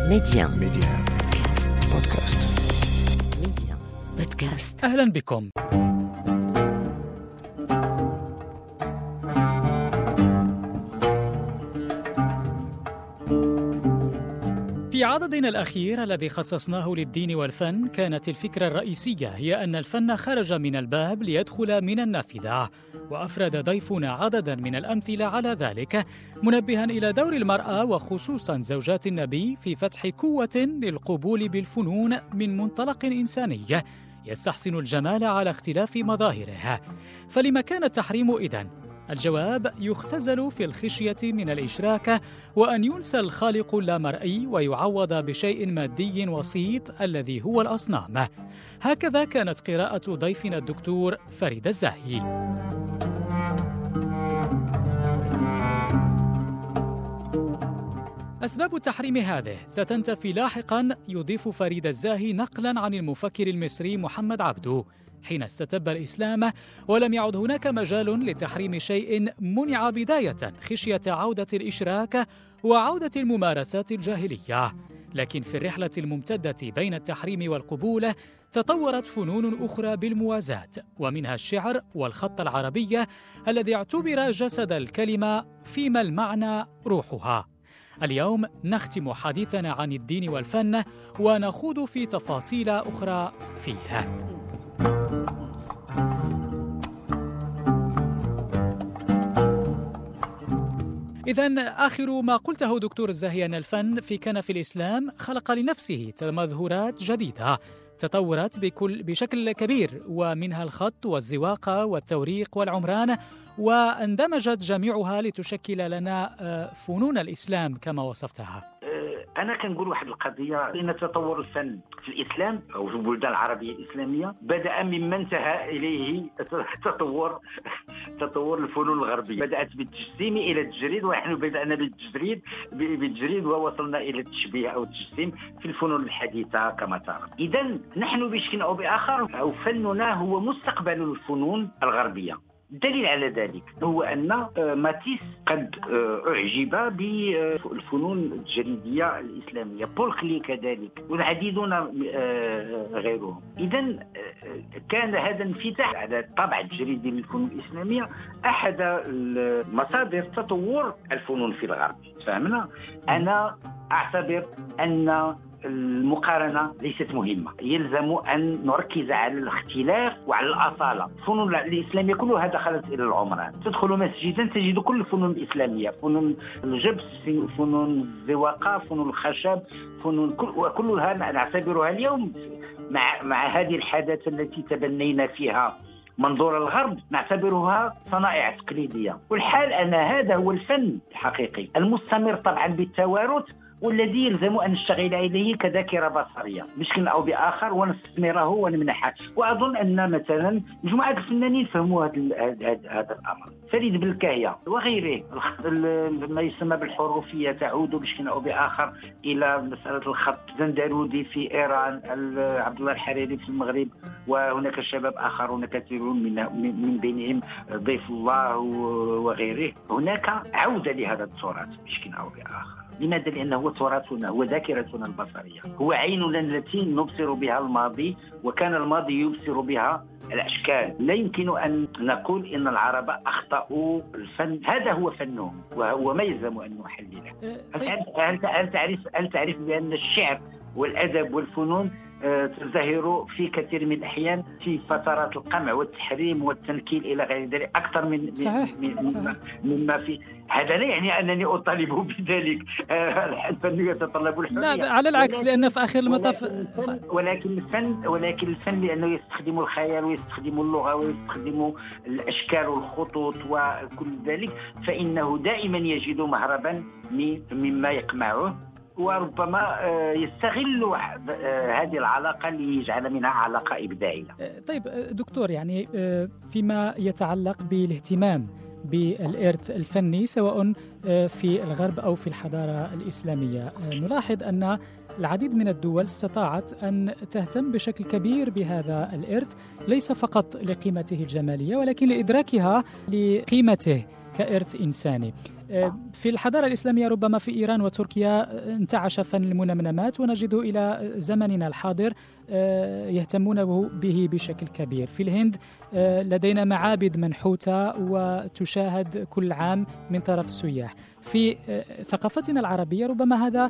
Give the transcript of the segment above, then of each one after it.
ميديان بودكاست. ميديان بودكاست. أهلا بكم. في عددنا الأخير الذي خصصناه للدين والفن كانت الفكرة الرئيسية هي أن الفن خرج من الباب ليدخل من النافذة، وأفرد ضيفنا عددا من الأمثلة على ذلك، منبها إلى دور المرأة وخصوصا زوجات النبي في فتح قوة للقبول بالفنون من منطلق إنساني يستحسن الجمال على اختلاف مظاهره. فلما كان التحريم إذن؟ الجواب يختزل في الخشية من الإشراك، وأن ينسى الخالق اللامرئي ويعوض بشيء مادي وسيط الذي هو الأصنام. هكذا كانت قراءة ضيفنا الدكتور فريد الزاهي. أسباب التحريم هذه ستنتفي لاحقا، يضيف فريد الزاهي نقلا عن المفكر المصري محمد عبده حين استتب الإسلام ولم يعد هناك مجال لتحريم شيء منع بداية خشية عودة الإشراك وعودة الممارسات الجاهلية. لكن في الرحلة الممتدة بين التحريم والقبول تطورت فنون أخرى بالموازاة، ومنها الشعر والخط العربي الذي اعتبر جسد الكلمة فيما المعنى روحها. اليوم نختم حديثنا عن الدين والفن ونخوض في تفاصيل أخرى فيها. إذن آخر ما قلته دكتور الزاهي أن الفن في كنف الإسلام خلق لنفسه تمظهرات جديدة تطورت بشكل كبير، ومنها الخط والزواقة والتوريق والعمران، واندمجت جميعها لتشكل لنا فنون الإسلام كما وصفتها. أنا كنقول واحد القضية، إن تطور الفن في الإسلام أو في البلدان العربية الإسلامية بدأ مما انتهى إليه تطور الفنون الغربية. بدأت بالتجسيم إلى التجريد، ونحن بدأنا بالتجريد ووصلنا إلى التشبيه أو التجسيم في الفنون الحديثة كما ترى. إذن نحن بشكل أو بآخر أو فننا هو مستقبل الفنون الغربية. الدليل على ذلك هو أن ماتيس قد أعجب بالفنون الجريدية الإسلامية، بول كلي كذلك، والعديدون غيرهم. إذن كان هذا انفتاح على الطبع الجريدي للفنون الإسلامية أحد مصادر تطور الفنون في الغرب. فهمنا؟ أنا أعتبر أن المقارنة ليست مهمة، يلزم أن نركز على الاختلاف وعلى الأصالة. الفنون الإسلامية كلها دخلت إلى العمران. تدخل مسجدا تجد كل الفنون الإسلامية، فنون الجبس، فنون الزواقة، فنون الخشب، وكلها نعتبرها اليوم مع هذه الحداثة التي تبنينا فيها منظور الغرب نعتبرها صنائع تقليدية. والحال أن هذا هو الفن الحقيقي المستمر طبعا بالتوارث، والذي يلزم أن نشتغل عليه كذاكرة بصرية بشكل أو بآخر ونستثمره ونمنحه. وأظن أن مثلا مجموعة الفنانين فهموا هذا الأمر، فريد بالكاية وغيره. ما يسمى بالحروفية تعود بشكل أو بآخر إلى مسألة الخط. زندرودي في إيران، عبد الله الحريري في المغرب، وهناك شباب آخرون كثيرون من بينهم ضيف الله وغيره. هناك عودة لهذا التراث بشكل أو بآخر. لماذا؟ لأنه هو تراثنا، هو ذاكرتنا البصرية، هو عيننا التي نبصر بها الماضي، وكان الماضي يبصر بها الأشكال. لا يمكن أن نقول إن العرب أخطأوا الفن، هذا هو فنهم وهو ما يلزم أن نحلله. هل تعرف بأن الشعر والأدب والفنون تزدهر في كثير من الأحيان في فترات القمع والتحريم والتنكيل إلى غير ذلك أكثر مما في. هذا لا يعني أنني أطالب بذلك. الفن يتطلب الحرية، لا على العكس، لأن في آخر المطاف ولكن الفن لأنه يستخدم الخيال ويستخدم اللغة ويستخدم الأشكال والخطوط وكل ذلك، فإنه دائما يجد مهربا مما يقمعه، وربما يستغل هذه العلاقة ليجعل منها علاقة إبداعية. طيب دكتور، يعني فيما يتعلق بالاهتمام بالإرث الفني سواء في الغرب أو في الحضارة الإسلامية، نلاحظ أن العديد من الدول استطاعت أن تهتم بشكل كبير بهذا الإرث، ليس فقط لقيمته الجمالية ولكن لإدراكها لقيمته كإرث إنساني. في الحضارة الإسلامية ربما في إيران وتركيا انتعش فن المنمنمات، ونجد إلى زمننا الحاضر يهتمون به بشكل كبير. في الهند لدينا معابد منحوتة وتشاهد كل عام من طرف السياح. في ثقافتنا العربية ربما هذا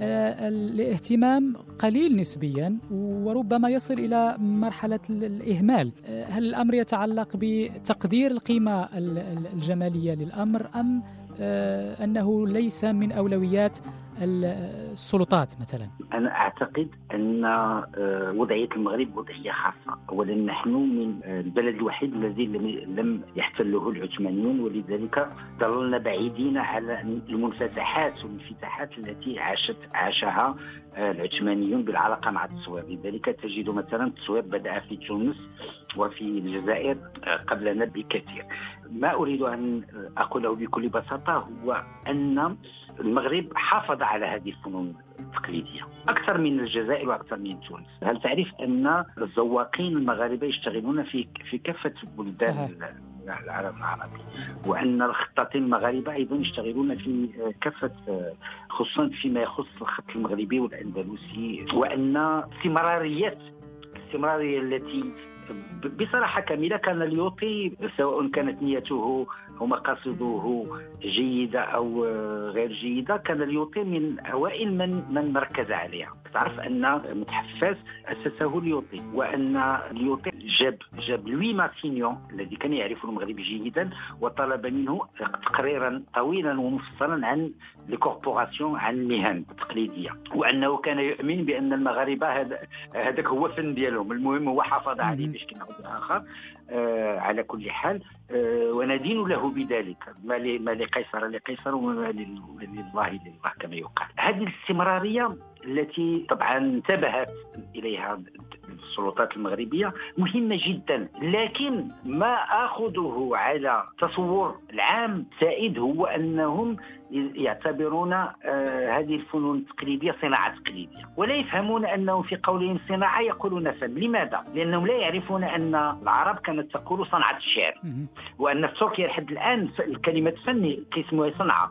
الاهتمام قليل نسبيا، وربما يصل إلى مرحلة الإهمال. هل الأمر يتعلق بتقدير القيمة الجمالية للأمر، أم أنه ليس من أولويات السلطات مثلا؟ أنا أعتقد أن وضعية المغرب وضعية خاصة. أولا نحن من البلد الوحيد الذي لم يحتله العثمانيون، ولذلك ظللنا بعيدين على المنفتحات والانفتاحات التي عاشها العثمانيون بالعلاقة مع التصوير. لذلك تجد مثلا التصوير بدأ في تونس وفي الجزائر قبلنا بكثير. ما أريد أن أقوله بكل بساطة هو أن المغرب حافظ على هذه الفنون التقليدية أكثر من الجزائر وأكثر من تونس. هل تعرف أن الزواقين المغاربة يشتغلون في كافة بلدان العالم العربي، وأن الخطاطين المغاربة أيضا يشتغلون في كافة، خصوصا فيما يخص الخط المغربي والأندلسي، وأن الاستمرارية التي بصراحة كاملة كان اليوطي سواء كانت نيته أو مقاصده جيدة أو غير جيدة، كان اليوطي من أوائل من ركز عليها. تعرف أن متحف فاس أسسه اليوطي، وأن اليوطي جاب لوي ماسينيون الذي كان يعرف المغرب جيدا، وطلب منه تقريرا طويلا ومفصلا عن الكوربوراسيون، عن المهن التقليدية، وأنه كان يؤمن بأن المغاربة هذاك هو فن ديالهم، المهم هو حافظ عليه باش كنعود آخر. على كل حال وندين له بذلك، ما لقيصر لقيصر وما لله لله كما يقال. هذه الاستمرارية التي طبعا انتبهت إليها السلطات المغربية مهمة جدا، لكن ما أخذه على تصور العام سائد هو أنهم يعتبرون هذه الفنون التقليدية صناعة تقليدية، ولا يفهمون أنه في قولهم صناعة يقولون فن. لماذا؟ لأنهم لا يعرفون أن العرب كانت تقول صنعة الشعر، وأن في تركيا لحد الآن الكلمة فن اسمها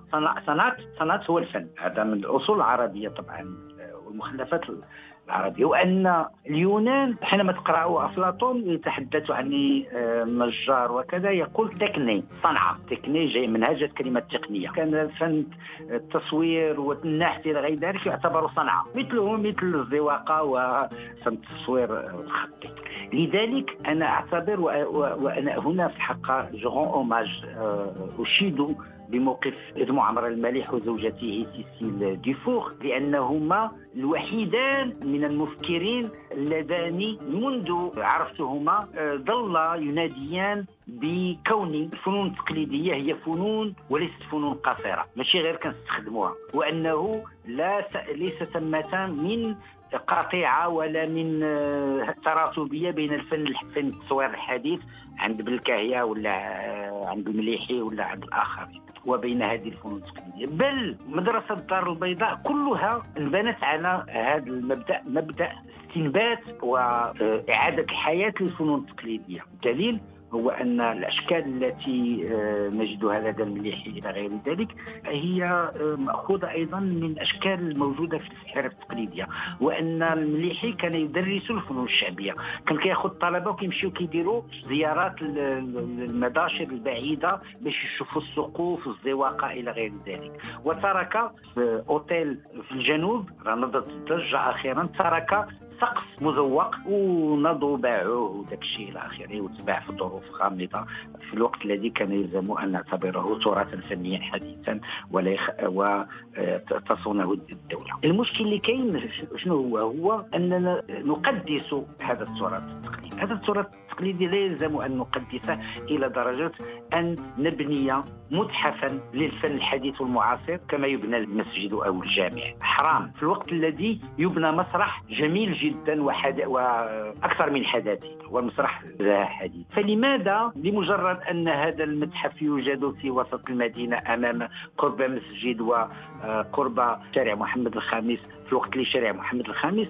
صنعة هو الفن. هذا من الأصول العربية طبعا والمخلفات العربية. وأن اليونان حينما تقرأوا أفلاطون يتحدث عن النجار وكذا، يقول تكني، صنعة. تكني جاي من هذه كلمة تقنية. كان فن التصوير والنحت إلى غير ذلك يعتبر صنعة، مثل الزواقة وفن التصوير الخطي. لذلك أنا أعتبر وأنا هنا في حق جرون أوماج أشيد بموقف ابن عمرو المليح وزوجته سيسيل ديفور، لأنهما الوحيدان من المفكرين اللذان منذ عرفتهما ظل يناديان بكون الفنون التقليدية هي فنون وليست فنون قاصرة، ماشي غير كنستخدموها، وأنه ليس ثمة من قاطعة ولا من تراتبية بين الفن التصوير الحديث عند بالكاهية ولا عند المليحي ولا عند الآخرين، وبين هذه الفنون التقليدية. بل مدرسة الدار البيضاء كلها انبنت على هذا المبدأ، مبدأ استنبات وإعادة الحياة للفنون التقليدية. دليل هو أن الأشكال التي نجدها لدى المليحي إلى غير ذلك هي مأخوذة أيضا من أشكال موجودة في السحر التقليدية، وأن المليحي كان يدرس الفنون الشعبية، كان كياخذ الطلبة وكيمشيو كيديروا زيارات للمداشر البعيدة باش يشوفوا السقوف الزواقة إلى غير ذلك. وترك في أوتيل في الجنوب نضت الضجة أخيرا، ترك سقف مزوق ونضوا باعوه وداك الشيء الى اخره، وتباع في ظروف غامضه في الوقت الذي كان يلزم ان نعتبره تراثا فنيا حديثا وتصونه الدوله. المشكل اللي كاين شنو هو اننا نقدس هذا التراث التقليدي. هذا التراث التقليدي لا يلزم ان نقدسه الى درجه ان نبني متحفا للفن الحديث والمعاصر كما يبنى المسجد او الجامع. حرام في الوقت الذي يبنى مسرح جميل جدا واكثر من حداثي، والمسرح حديث. فلماذا لمجرد ان هذا المتحف يوجد في وسط المدينه امام قرب مسجد وقرب شارع محمد الخامس، في الوقت اللي شارع محمد الخامس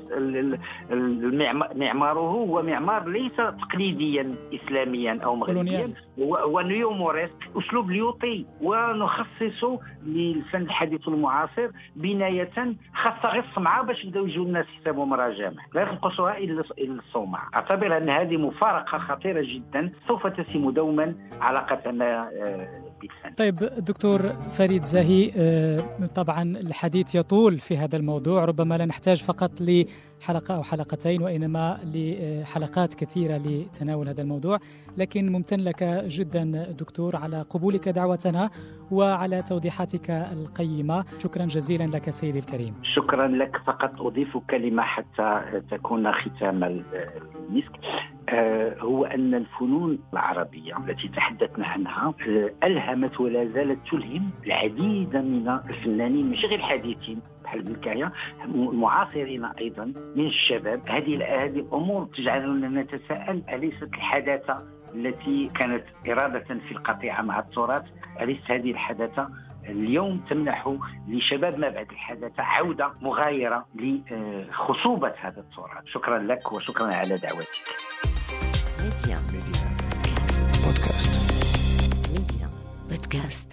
معماره هو معمار ليس تقليديا اسلاميا او مغربيا، هيوموريسك، أسلوب ليوطي، ونخصصه للفن الحديث والمعاصر بناية خاصة غير الصمعة باش يبداو يجيو الناس يحسبوا مراجمة، لا ينقصها إلا الصومعة. أعتبر أن هذه مفارقة خطيرة جدا سوف تسم دوما علاقتنا بالفن. طيب دكتور فريد زاهي، طبعا الحديث يطول في هذا الموضوع، ربما لا نحتاج فقط لحلقة أو حلقتين وإنما لحلقات كثيرة لتناول هذا الموضوع، لكن ممتن لك جدا دكتور على قبولك دعوتنا وعلى توضيحاتك القيمة. شكرا جزيلا لك سيدي الكريم. شكرا لك. فقط أضيف كلمة حتى تكون ختام المسك، هو أن الفنون العربية التي تحدثنا عنها ألهمت ولا زالت تلهم العديد من الفنانين مش غير الحديثين بحال بالكاية، المعاصرين أيضا من الشباب. هذه الأمور تجعلنا نتساءل، أليست الحداثة التي كانت إرادة في القطيعة مع التراث، أليست هذه الحداثة اليوم تمنح لشباب ما بعد الحداثة عودة مغايرة لخصوبة هذا التراث؟ شكرا لك وشكرا على دعوتك. ميديا بودكاست.